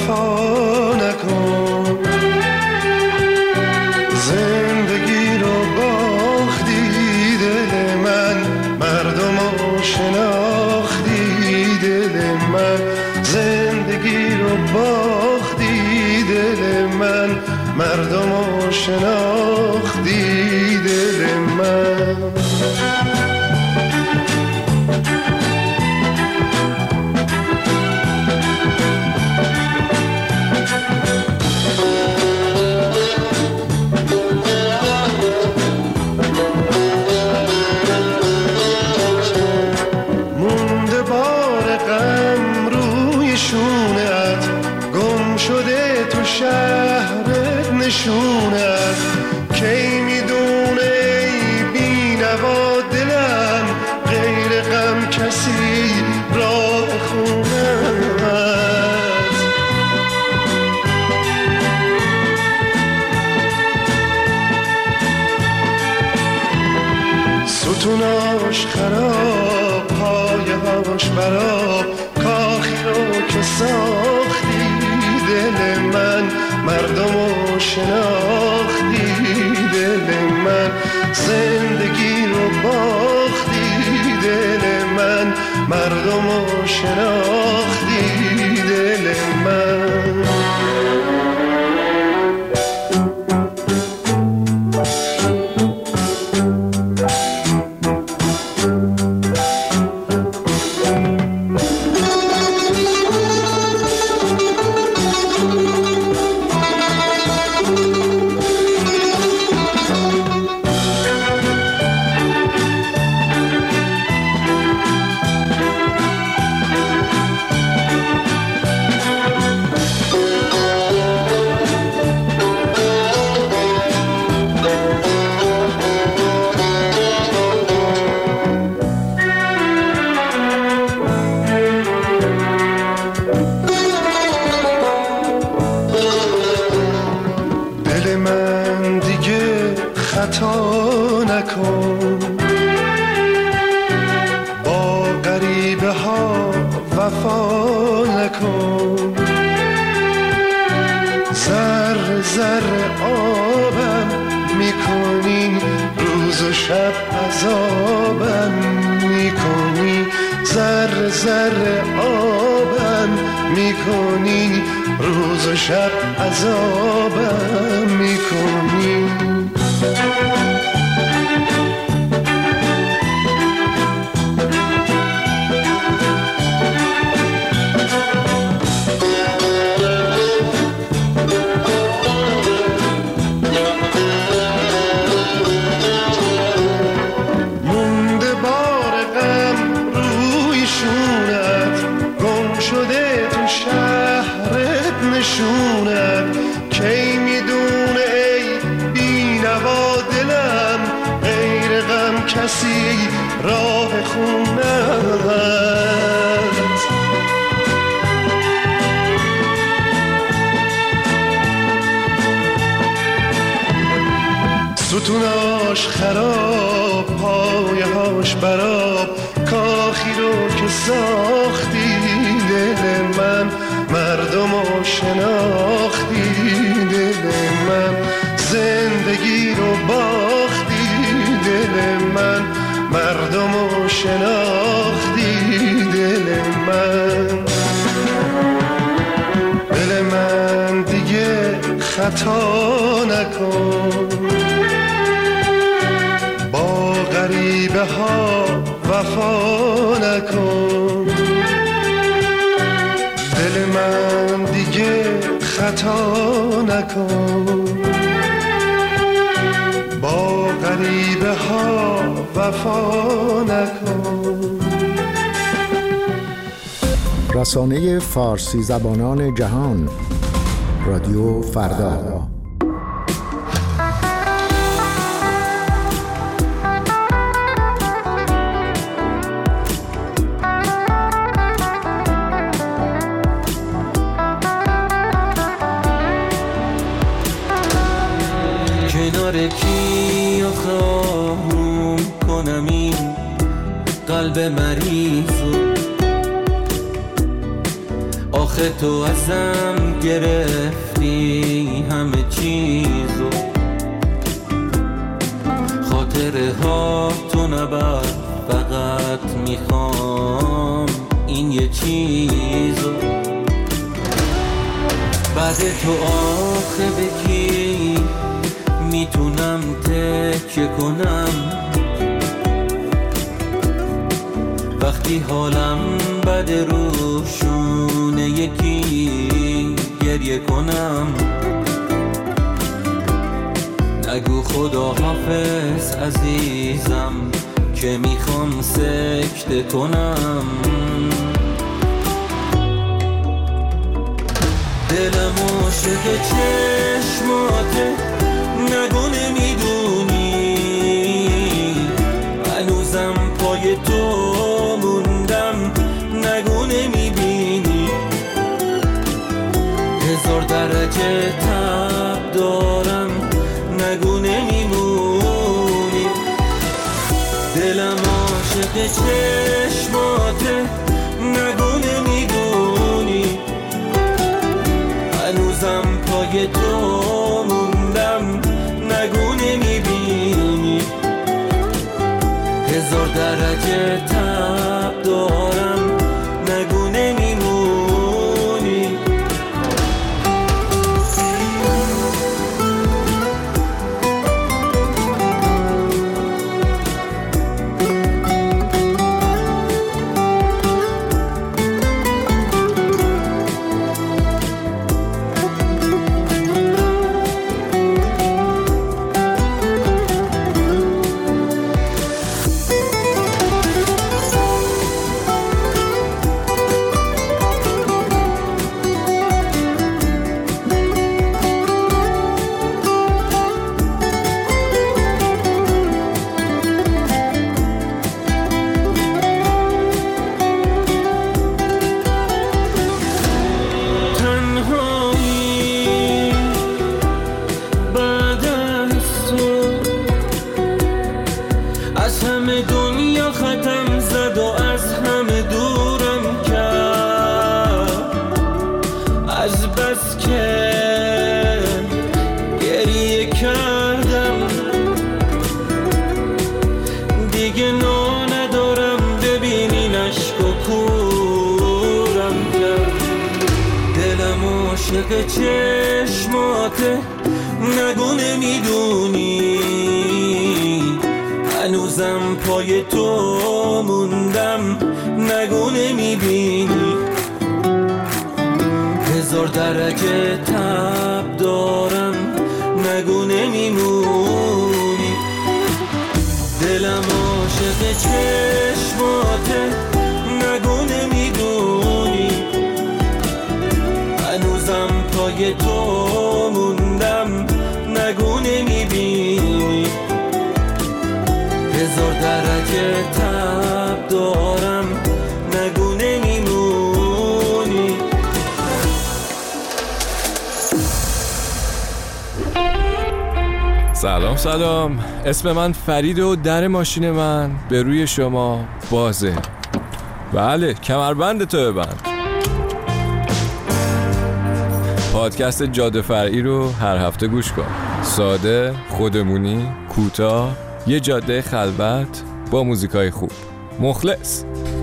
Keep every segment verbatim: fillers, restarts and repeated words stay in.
وفا نکن. زندگی رو باختی دل من، مردم رو شناختی دل من. زندگی رو باختی دل من، مردم رو شناختی دل من. شهرت نشونت کی میدونه ای بی نوا دلم، غیر غم کسی راه خونت. ستوناش خراب پایهاش براب، کاخی رو که ساختی دل من، مردم رو شناختی دل من. زندگی رو باختی دل من، مردم رو شناختی دل من. خطا نکن، با غریبه ها وفا نکن. ذره ذره آبم میکنی، روز و شب عذابم میکنی. ذره ذره آبم میکنی، روز و شب عذابم میکنی. مونده بار غم روی شونت، گم شده تو شهرت نشونت. کی میدونه ای بی نوا دلم، غیر غم کسی راه خونت. ستوناش خراب پایهاش براب، کاخی رو که ساختی دل من، مردم رو شناختی دل من. زندگی رو باختی دل من، مردم رو شناختی دل من. دل من دیگه خطا نکن، با غریبه ها وفا نکن. دل من دیگه خطا نکن، با غریبه ها وفا نکن. رسانه فارسی زبانان جهان، رادیو فردا. کنار کی آخرام کنم این قلب مریض، آخه آخه تو ازم گرفتی همه چیزو، خاطره ها تو نبر، فقط میخوام این یه چیزو. بعد تو آخه به کی میتونم تکیه کنم وقتی حالم بده روشونه یکی گریه کنم؟ نگو خدا حافظ عزیزم که میخوام سکته کنم. دلم عاشق چشماته، نگو نمیدونی هنوزم پای تو موندم، نگو نمیبینی هزار درجه تب دارم، نگو نمیمونی. دلم عاشق چشماته، نگو نمیدونی هنوزم پای تو موندم، نگو نمیبینی هزار درجه تب دارم، نگو نمیمونی. عاشق چشماته، نگو نمیدونی هنوزم پای تو موندم، نگو نمیبینی هزار درجه تب دارم، نگو نمیمونی. دلم عاشق چشماته، نگو نمیدونی هنوزم پای تو موندم، نگو نمیبینی هزار درجه تب دارم، نگو نمیمونی. سلام سلام، اسم من فرید و در ماشین من به روی شما بازه. بله، کمربند تو ببند. پادکست جاده فرعی رو هر هفته گوش کن. ساده، خودمونی، کوتاه، یه جاده خلوت با موزیکای خوب. مخلص.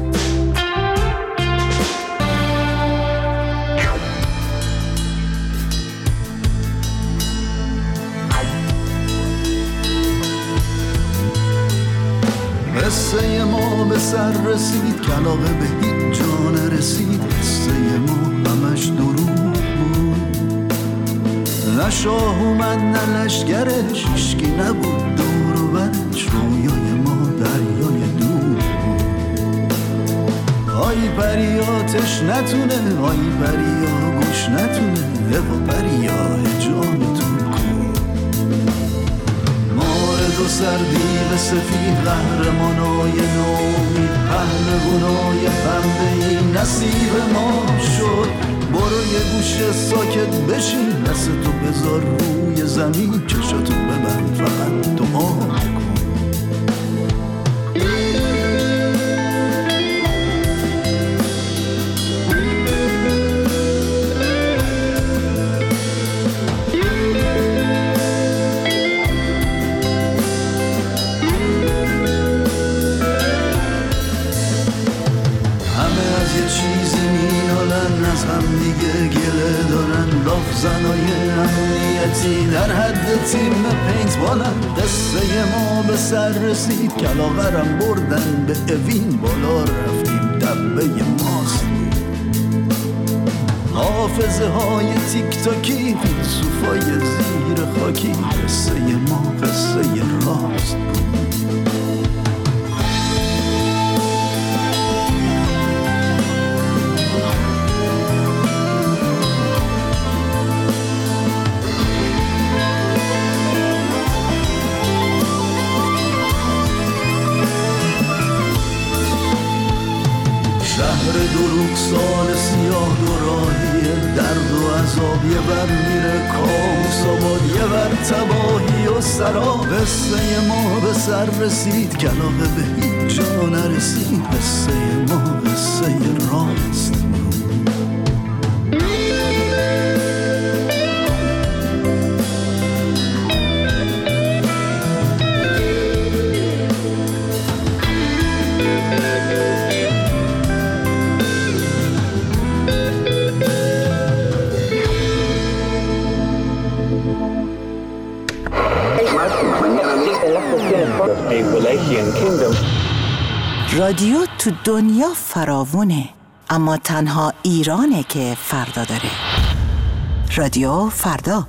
قصه ما به سر رسید، کلاغه به هیچ جا نرسید. قصه ما همش دروغ بود، نه شاه اومد نه لشگرش، هیچکی نبود دور و برش. رویای ما دریای دور بود. آی پریاتش نتونه، آی پریا گوش نتونه، و پریا جانتون دو سردی به سفید، قهرمانای نومید، پهلوانای پنبه‌ای نصیب ما شد. برو یه گوشه ساکت بشین، دست تو بذار روی زمین، چشاتو ببند فقط دعا کن. زنای امنیتی در حد تیم پینت بالن. قصه ما به سر رسید کلاغرم بردن به اوین، بالا رفتیم دبه ماست. حافظه های تیک تاکی فیلسوفای زیر خاکی، قصه ما قصه راست بود. شهر دروغ سال سیاه دو راهیه، درد و عذاب یه بر میره کاموس آباد، یه بر تباهی و سراب. قصه ما به سر رسید کلاغه به هیچ جا نرسید، قصه ما قصه راست بود. رادیو تو دنیا فراوونه، اما تنها ایرانه که فردا داره. رادیو فردا.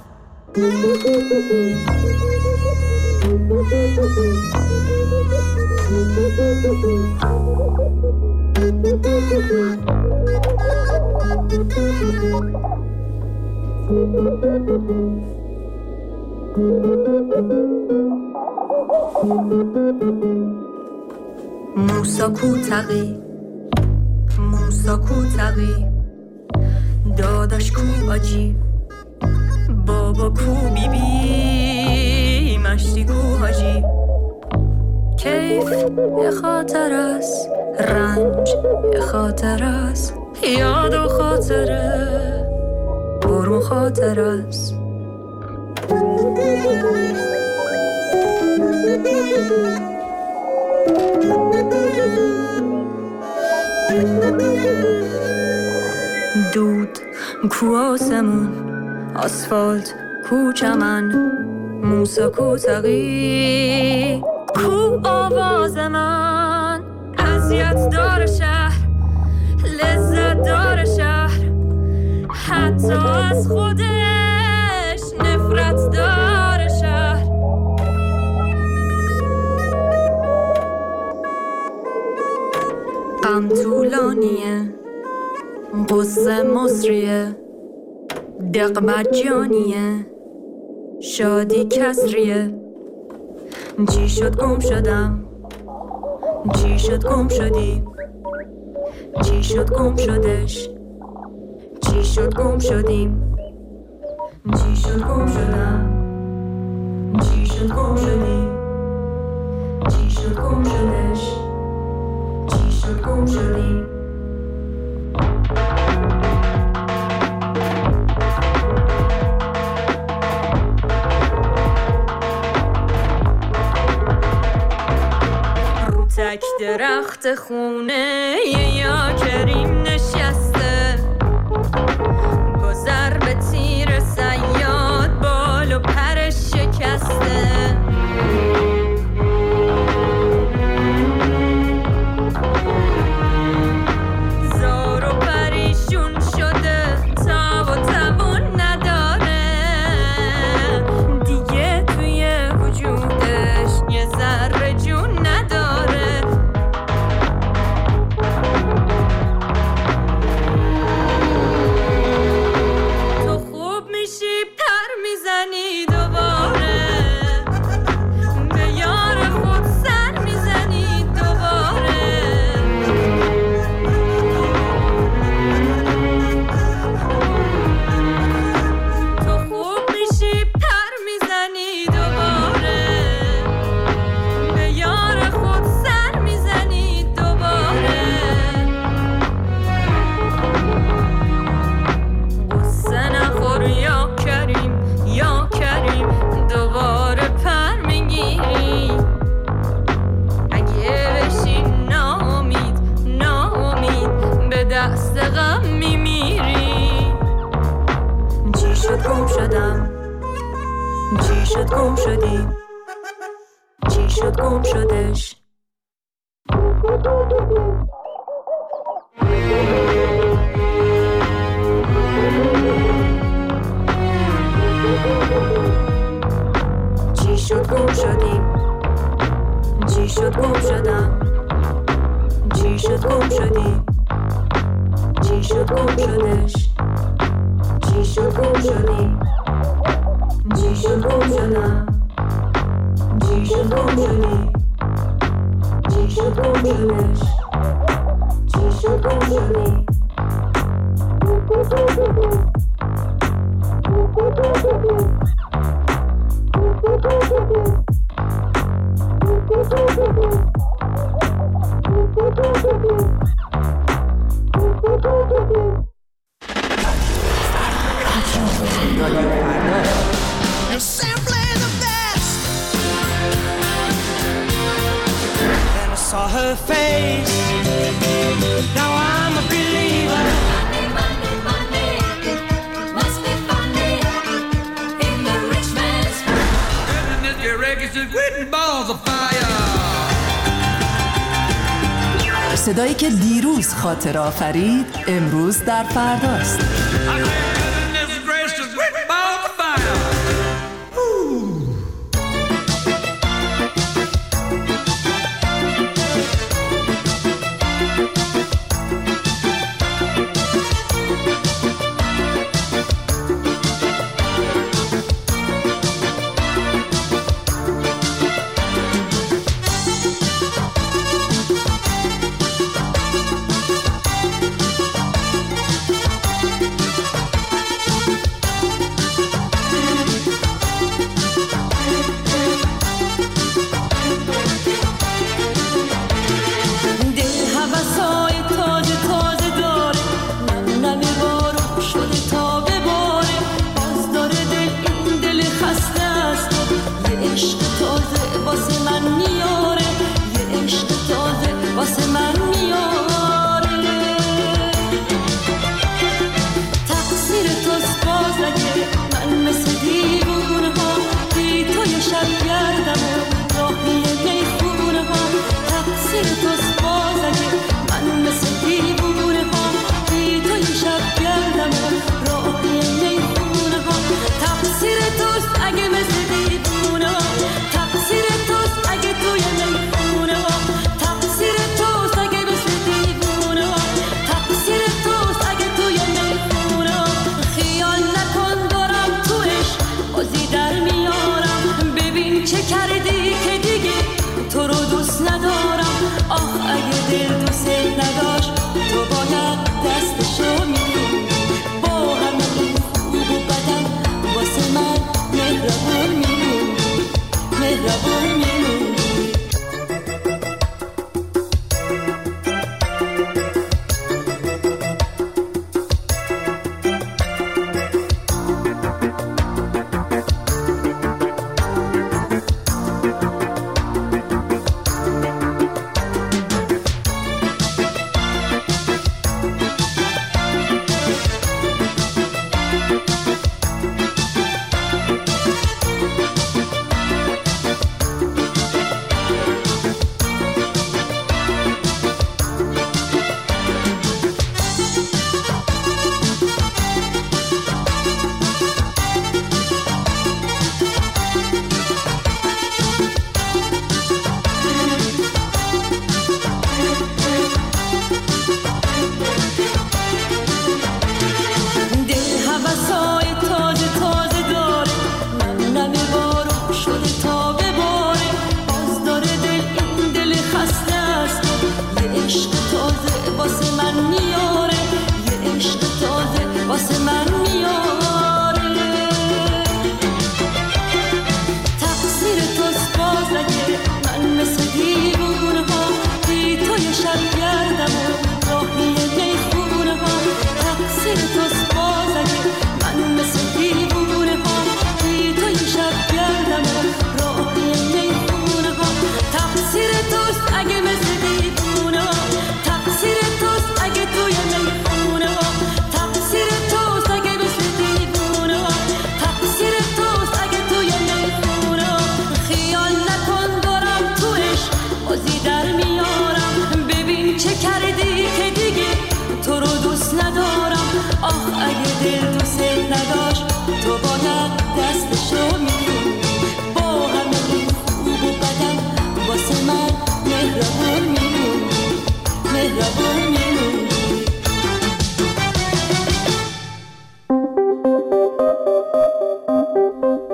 موسا کوتقی موسا کوتقی داداش کو آجی بابا کو بی بی مشتی کو حاجی. کیف یه خاطر است، رنج یه خاطر است، یاد و خاطره برو خاطر است. دود کو آسمون، آسفالت کو چمن، موسا کو تقی کو آواز من. اذیت دار شهر، لذت دار شهر، حتی از خودش نفرت دار شهر. غم طولانیه، قصه مصریه، دق مجانیه، شادی کسریه. چی شد گم شدم، چی شد گم شدی، چی شد گم شدش، چی شد گم شدیم، چی شد گم شدم، چی شد گم شدی، چی شد گم شدش، چی شد گم شدیم. تک درخت خونه یا کریم نشسته، با ضرب تیر صیاد بال و پرش شکسته. زار و پریشون شده، تاب و توان نداره دیگه، توی وجودش یه ذره جون نداره. شد گم شدم چی شد گم شدیم چی شد گم شدش چی شد گم شدیم چی شد گم شدم چی شد گم شدیم چی شد گم شدش چی شد گم شدیم چی شد گم شدم چی شد گم شدیم چی شد گم شدش چی شد گم شدیم You're simply the best. Then I saw her face. Now I'm a believer. Money, money, money. Must be funny in the rich man's world. And this reggae is written balls of fire. صدایی که دیروز خاطر آفرید امروز در فرداست.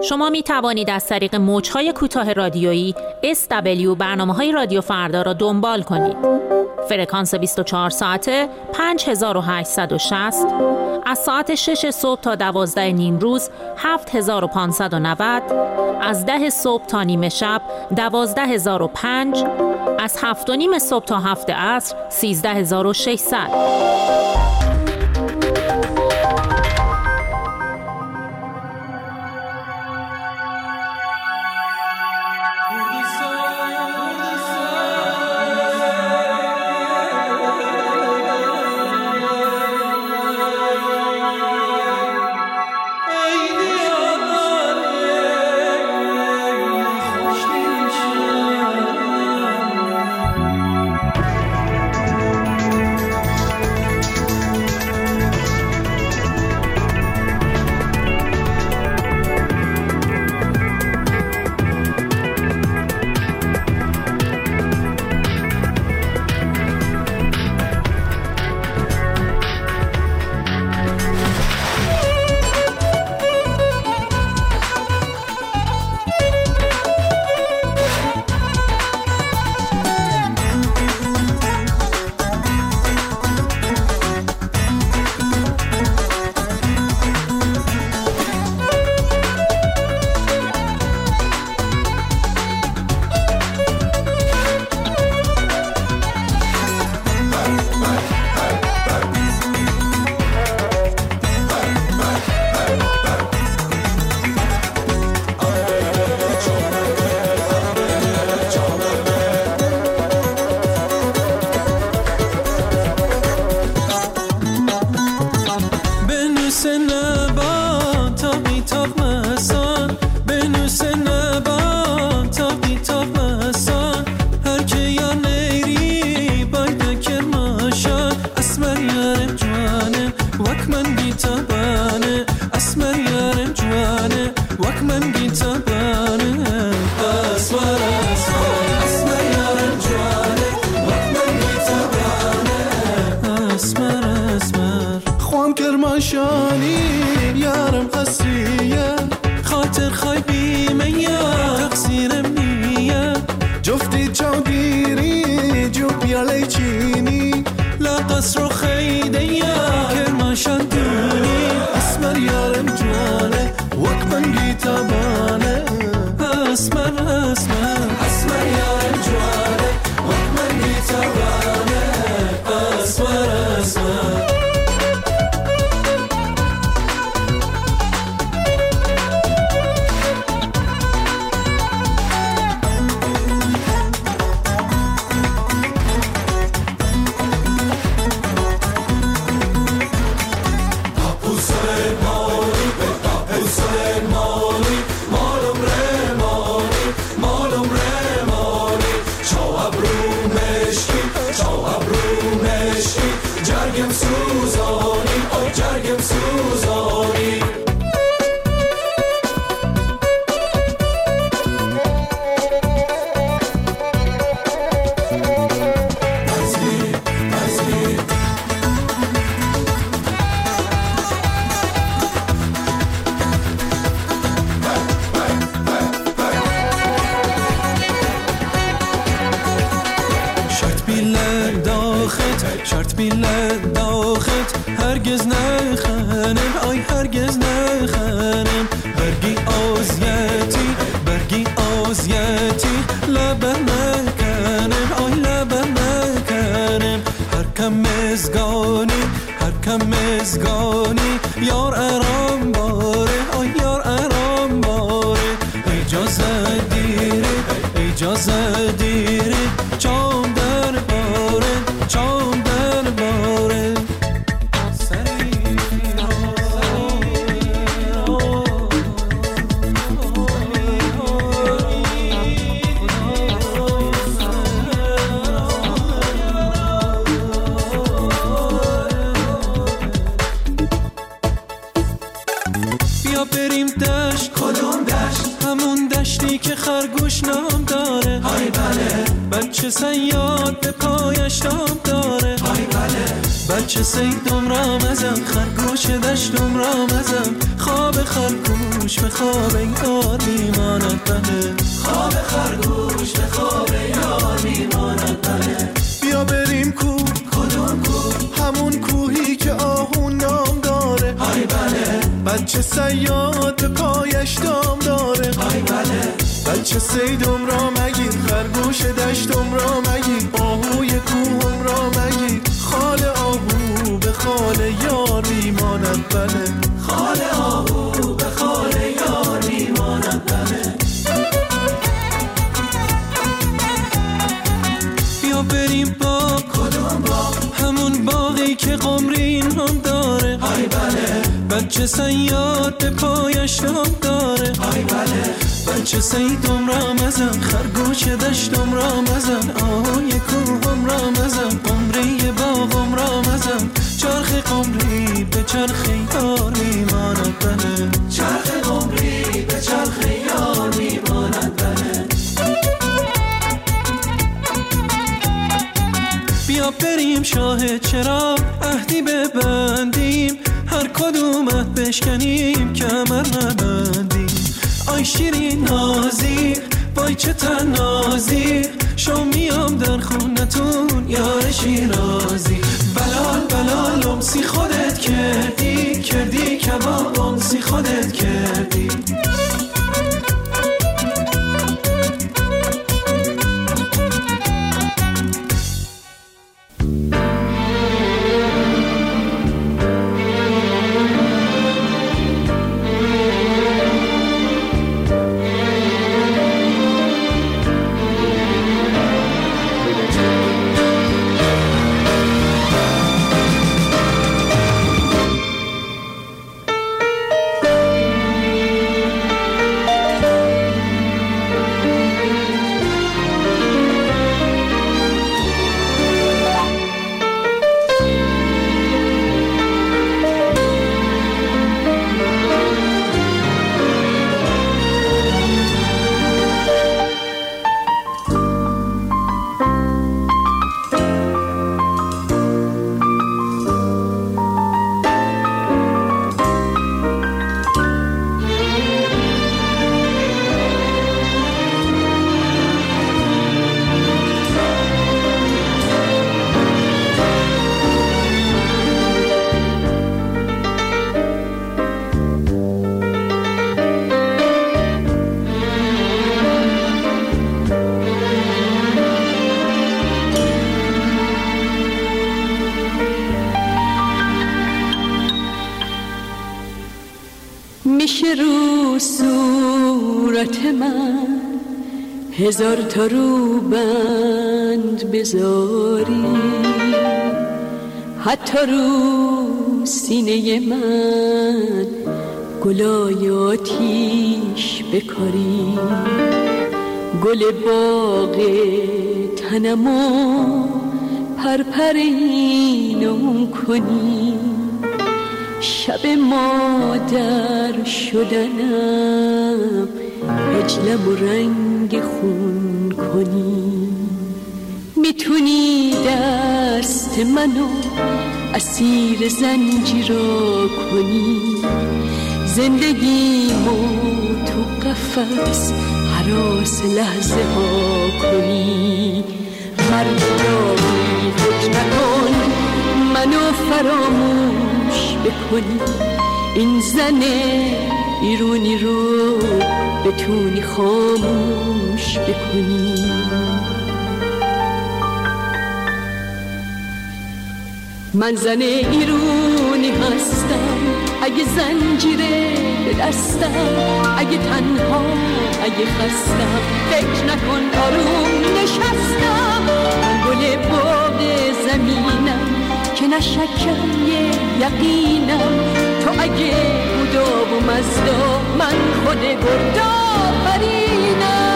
شما می توانید از طریق موج‌های کوتاه رادیویی اس دبلیو برنامه‌های رادیو فردا را دنبال کنید. فرکانس بیست و چهار ساعته پنج هزار و هشتصد و شصت، از ساعت شش صبح تا دوازده نیم روز هفت هزار و پانصد و نود، از ده صبح تا نیمه شب دوازده هزار و پنج، از هفت و نیم صبح تا هفت عصر سیزده هزار و ششصد. بچه صیاد به پایش دام داره های بله بچه صیدم رامزم خرگوش دشتم رامزم خواب خرگوش خرگوش به خواب یار میماند بله خواب خرگوش به خواب یار میماند بله بیا بریم کو کدوم کو همون کوهی که آهون نام داره های بله بچه صیاد به پایش دام داره های بله بچه صیدم را مگیر خرگوش دشتم را مگیر آهوی کوهم را مگیر خال آهو به خال یار میماند بله خال آهو به خال یار میماند بله بیا بریم باغ کدوم باغ همون باغی که قمرین هم داره های بله بچه صیاد به پایش دام داره های بله بچه صیدم را مزن خرگوش دشتم را مزن آهای کوهم را مزن قمری باغم را مزن چرخ قمری به چرخ یار میماند بله چرخ قمری به چرخ یار میماند بله بیا بریم شاه چرا عهدی ببندیم هر کدومت بشکنیم کمر نبندیم آی شیرین نازی وای چه تنازی شو میام در خونتون یار شیرازی بلال بلال امسی خودت کردی کردی کباب امسی خودت کردی میشه رو صورت من هزار تا رو بند بذاری حتی رو سینه من گلای آتیش بکاری گل باغ تنمو پرپرینم کنی شب مادر شدنم اجلم و رنگ خون کنی میتونی دست منو اسیر زنجیرا کنی زندگیمو تو قفس هراس لحظه ها کنی مردمی فکر نکن منو فراموش بکنی این زن ایرونی رو بتونی خاموش بکنی من زن ایرونی هستم اگه زنجیره به دستم اگه تنها اگه خستم فکر نکن آروم نشستم من گل باغ زمینم که نشکم یه یقینم تو اگه بودا و مزدا من خود گردا پرینم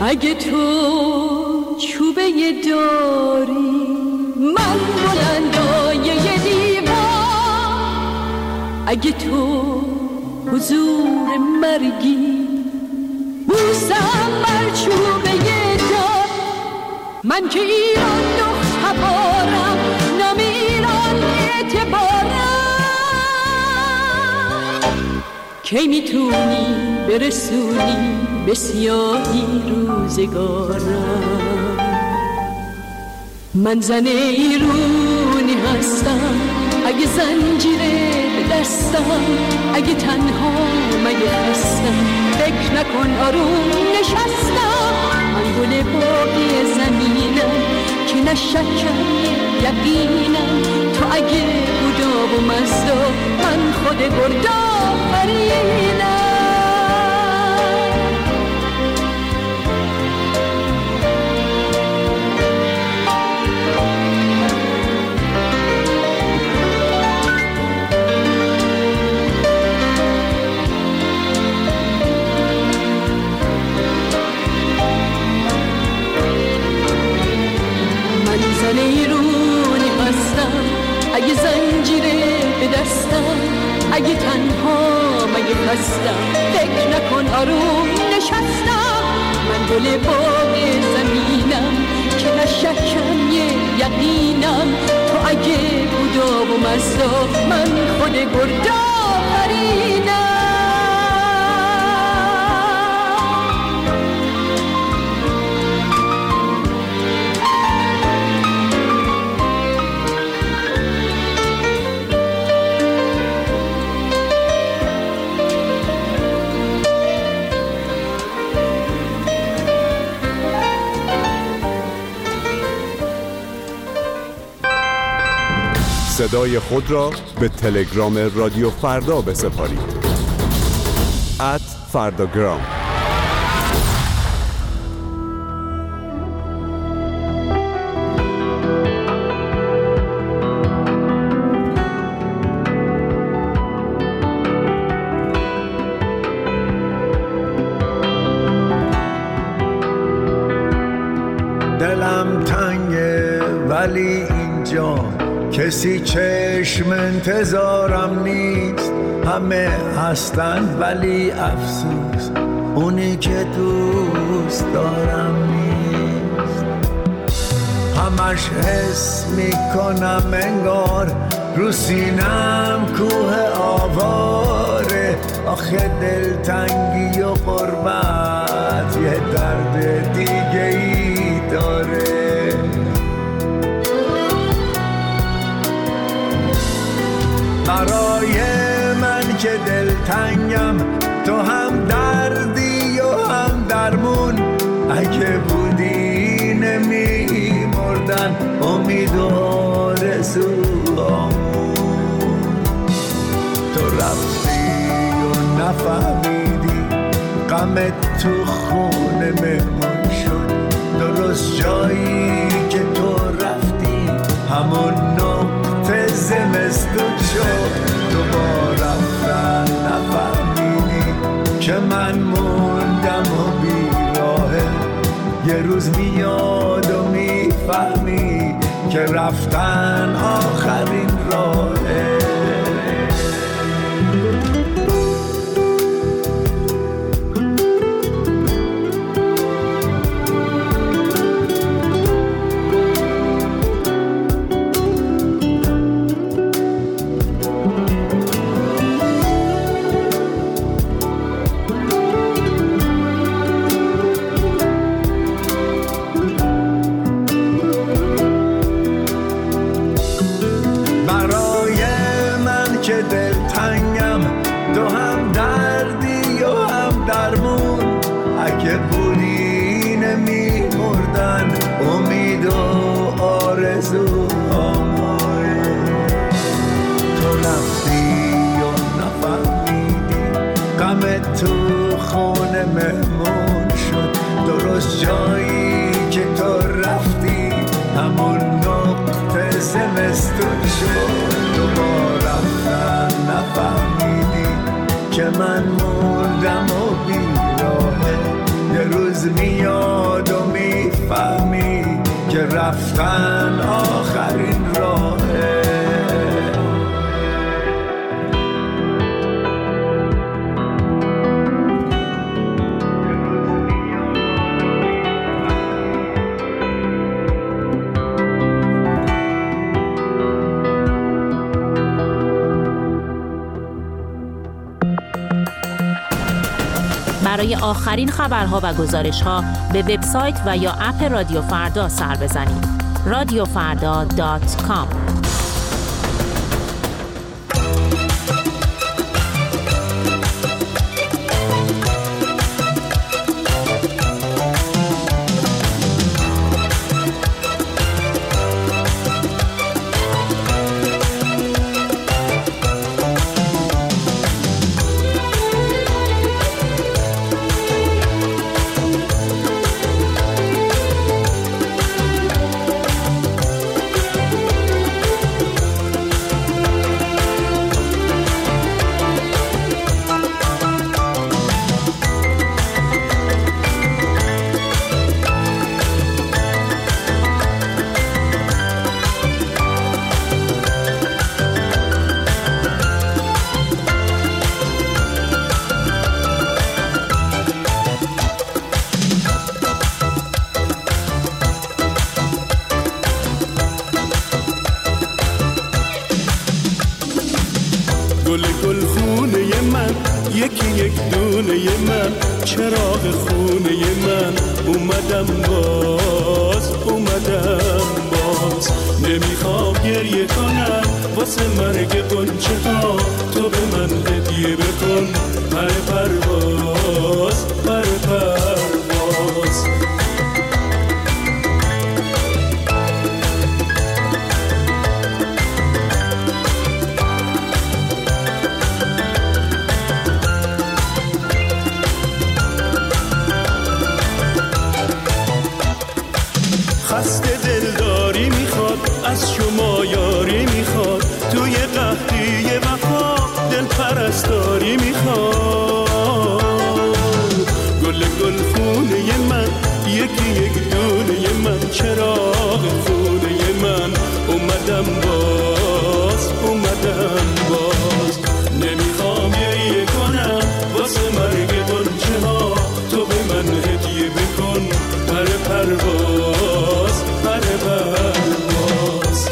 اگه تو چوبه داری من بلندای یه دیوار، اگه تو حضور مرگی بوسم بر چوبه دار، من که ایران دخت تبارم نم ایران اعتبارم، کی میتونی برسونی به سیاهی روزگارم؟ من زن ایرونی هستم اگه زنجیره به دستم، اگه تنها مگه هستم فکر نکن آروم نشستم، من گل باقی زمینم که نشکم یقینم، تو اگه بودا و مزدا من خود گردا فرینم. اگه زنجیره به دستم، اگه تنها مگه هستم فکر نکن آروم نشستم، من گل باغ زمینم که نشکم یه یقینم، تو اگه بودا و مزدا من خود گردا فرینم. صدای خود را به تلگرام رادیو فردا بسپارید. ات فرداگرام. دلم تنگه ولی اینجا کسی چشم انتظارم نیست، همه هستن ولی افسوس اونی که دوست دارم نیست. همش حس میکنم انگار رو سینم کوه آواره، آخه دلتنگی و غربت یه درد دیگه ای داره. برای من که دلتنگم تو هم دردی و هم درمون، اگه بودی نمی مردن امید و آرزوامون. تو رفتی و نفهمیدی غمت تو خونه مهمون شد، درست جایی که تو رفتی همون نقطه زمستون شد. دوباره رفتن نفهمیدی که من موندم و بیراهه، یه روز میاد و میفهمی که رفتن آخرین راهه. تو خونه مهمون شد، درست جایی که تو رفتی همون نقطه زمستون شد. دوباره رفتن نفهمیدی که من موندم و بیراهه، یه روز میاد برای آخرین خبرها و گزارش‌ها به وبسایت و یا اپ رادیو فردا سر بزنید. رادیو فردا دات کام. گل گل خونه من، یکی یک دونه من، چراغ خونه من، اومدم باز اومدم باز. نمیخوام گریه کنم واسه مرگ غنچه ها، تو به من هدیه بکن پر پرواز پر پرواز. خسته دلداری میخواد، از شما یاری میخواد، توی قحطی وفا دل پرستاری میخواد. گل گل خونه من، یکی یک دونه من، چراغ خونه من، اومدم باز اومدم باز. نمیخوام گریه کنم واسه مرگ غنچه ها، تو به من هدیه بکن پر پرواز پر پرواز.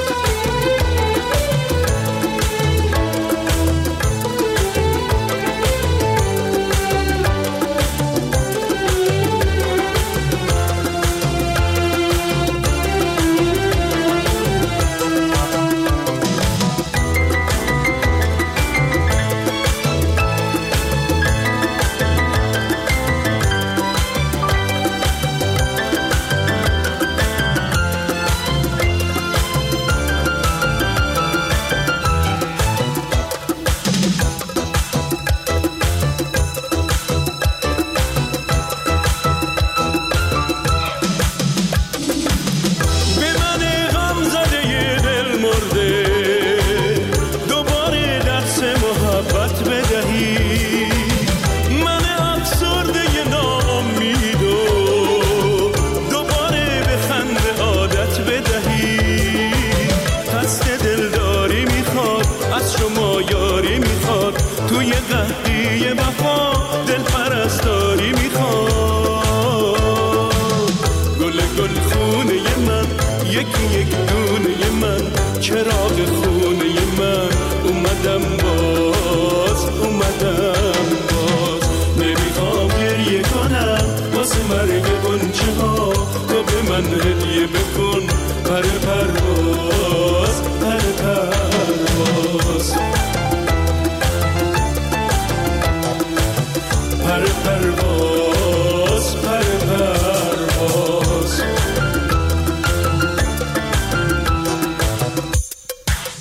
توی قحطی وفا دل پرستاری میخواد. گل گل خونه من، یکی یک دونه من، چراغ خونه من، اومدم باز اومدم باز. نمیخوام گریه کنم واسه مرگ غنچه ها، تو به من هدیه بکن پر پرواز پر پرواز پر پرواز پر پرواز.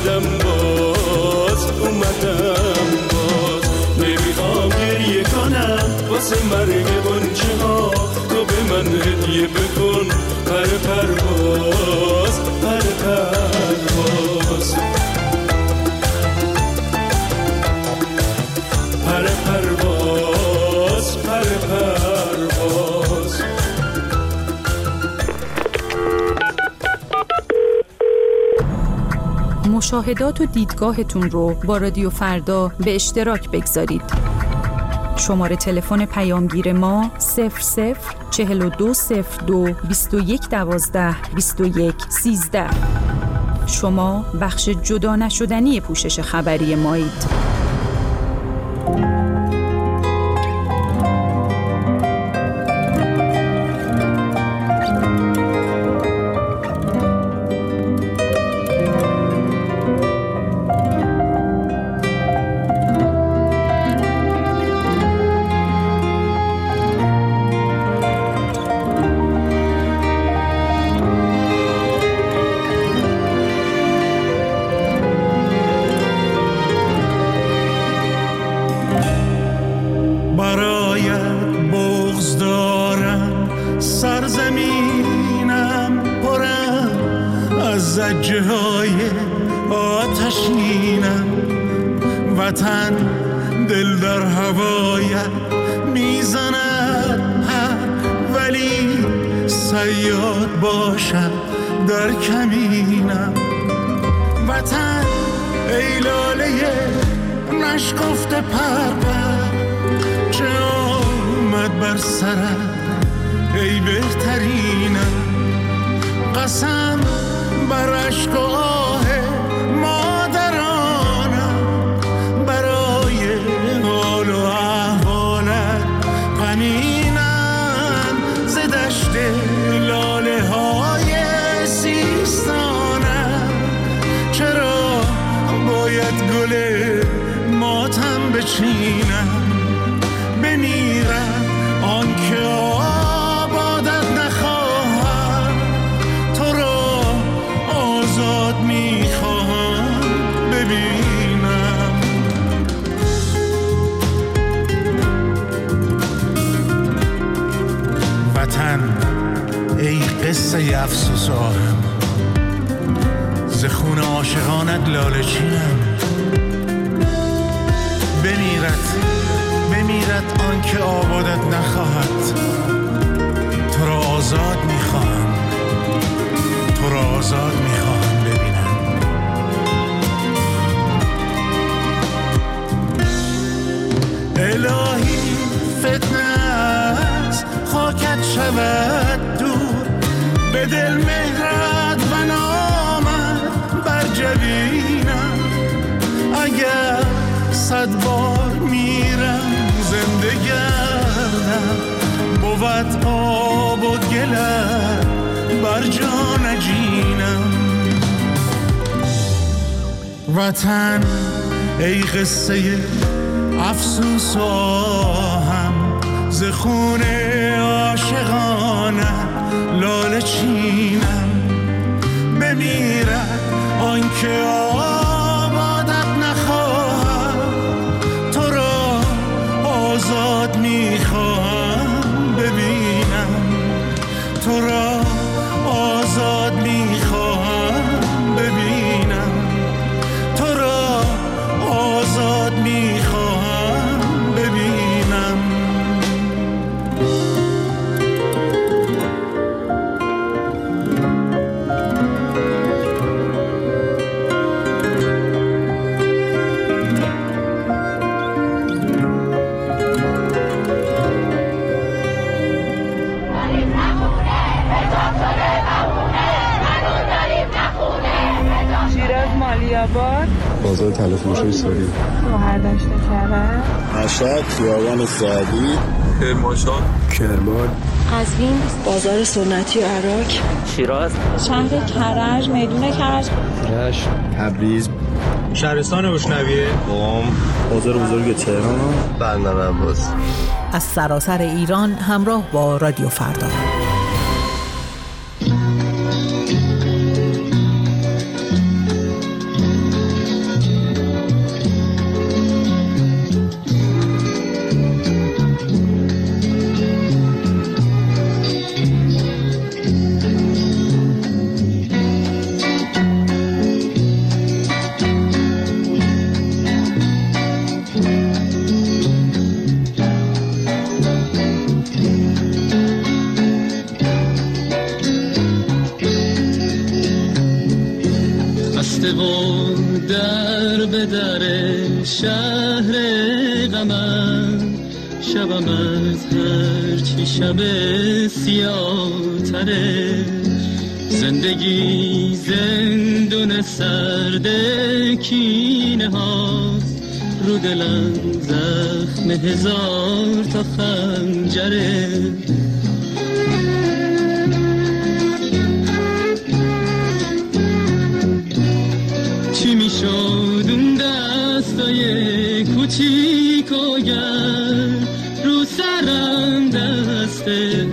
اومدم باز اومدم باز نمیخوام گریه کنم واسه مرگ بانچه ها تو به من هدیه بکن پر پرواز پر پرواز پر پرواز پر پرواز. مشاهدات و دیدگاهتون رو با رادیو فردا به اشتراک بگذارید. شماره تلفن پیامگیر ما صفر صفر چهل و دو صفر دو بیست و یک دوازده بیست و یک سیزده. شما بخش جدا نشدنی پوشش خبری مایید. زجه های آتشینم وطن دل در هوایت میزند پر ولی صیاد باشم در کمینم وطن ای لاله نشکفته پرور چه آمد بر سرت ای بهترینم قسم بر عشق و آه مادرانم برای حال و احوالت غمینم ز دشت لاله های سیستانم چرا باید گل ماتم بچینم بمیرم آنکه آبادت نخواهم تو را آزاد میخواهم ببینم وطن ای قصه افسوس آهم ز خون عاشقانت لاله چینم بمیرد بمیرد آنکه آبادت نخواهد تو را آزاد میخواهم تو را آزاد میخواهم ببینم الهی فتنه از خاکت شود دور به دل مهرت و نامت بر جبینم اگر صد بار میرم زنده گردم بود آب و گلت بر جا نجینم وطن ای قصه افسوس و آهم ز خون عاشقانه لاله چینم بمیرد آنکه آبادت نخواهم تو را آزاد میخواهم ببینم تو را آزاد میخواهم ببینم تو را آزاد میخواهم ببینم بازار تلفروشی ساری شوهر داشته کرد مشهد خیابان سعدی کرمانشاه کرمان قزوین بازار سنتی و عراق شیراز شهر کرج میدون کرج رشت تبریز شهرستان بشنویه قم بازار بزرگ تهران بندر عباس از سراسر ایران همراه با رادیو فردا. بسته و در به در شهر غمم، شبم از هرچی شب سیاه تره. زندگی زندون سرد کینه هاست، رو دلم زخم هزار تا خنجره. چی میشد اون دستای کوچیک و گرم، رو سرم دست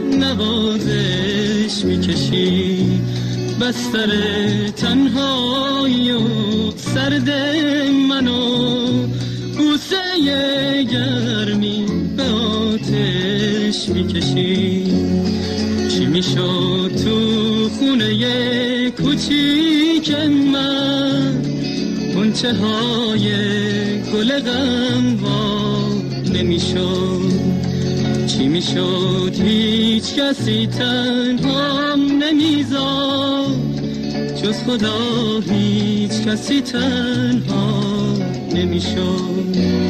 نوازش میکشی. بستر تنهایی و سرد منو، بوسه گرمی به آتش میکشی. چی میشد تو خونه کوچیک من، غنچه های گل غم وا نمیشد. چی میشد هیچ کسی تنهام نمیذاشت، جز خدا هیچ کسی تنها نمیشد.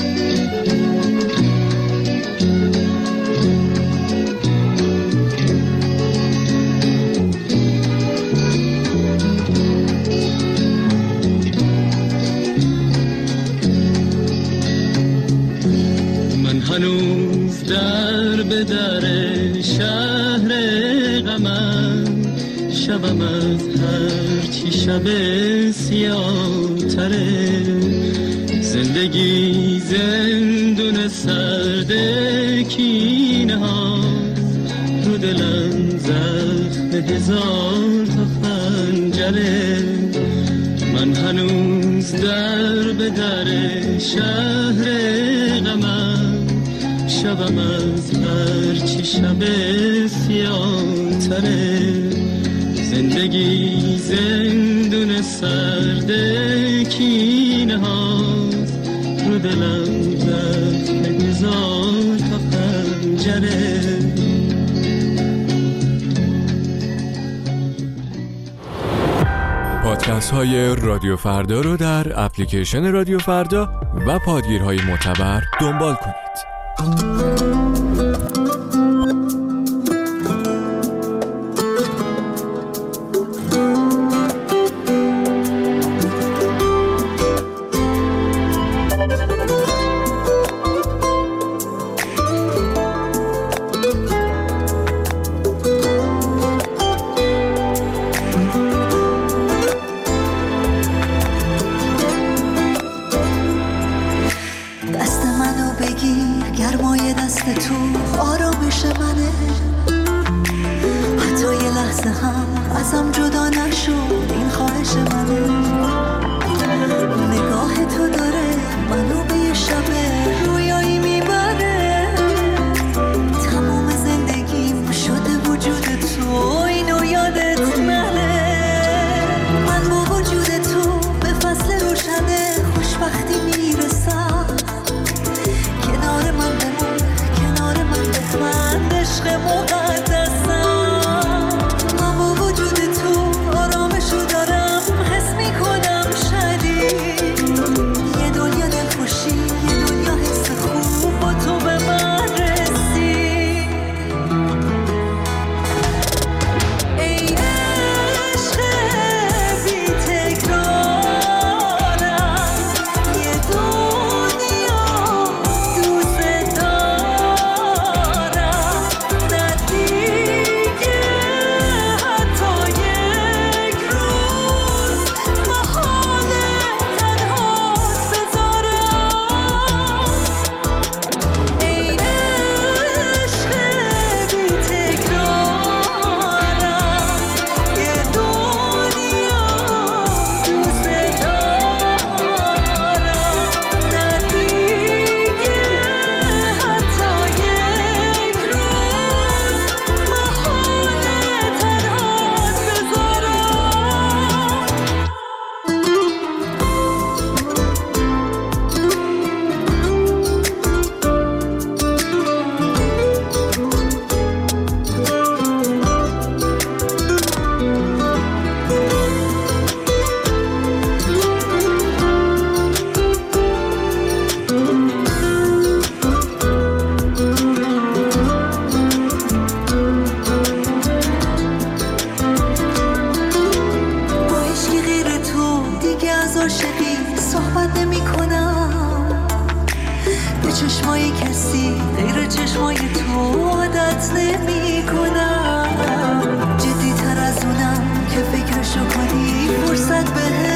هنوز در به در شهر غمم، شبم از هرچی شب سیاه تره. زندگی زندون سرد کینه ها، رو دلم زخم هزار تا خنجره. من هنوز در به در شهر غمم، شبم از هرچی شب سیاه تره. زندگی زندون سرد کینه هاست، رو دلم زخم هزار تا خنجره. پادکست های رادیو فردا رو در اپلیکیشن رادیو فردا و پادگیرهای معتبر دنبال کنید. من با وجود تو آرامشو دارم، حس میکنم دیگه از عاشقی صحبت نمی کنم، به چشمای کسی غیر چشمای تو عادت نمی کنم. جدی تر از اونم که فکرشو کنی فرصت بهم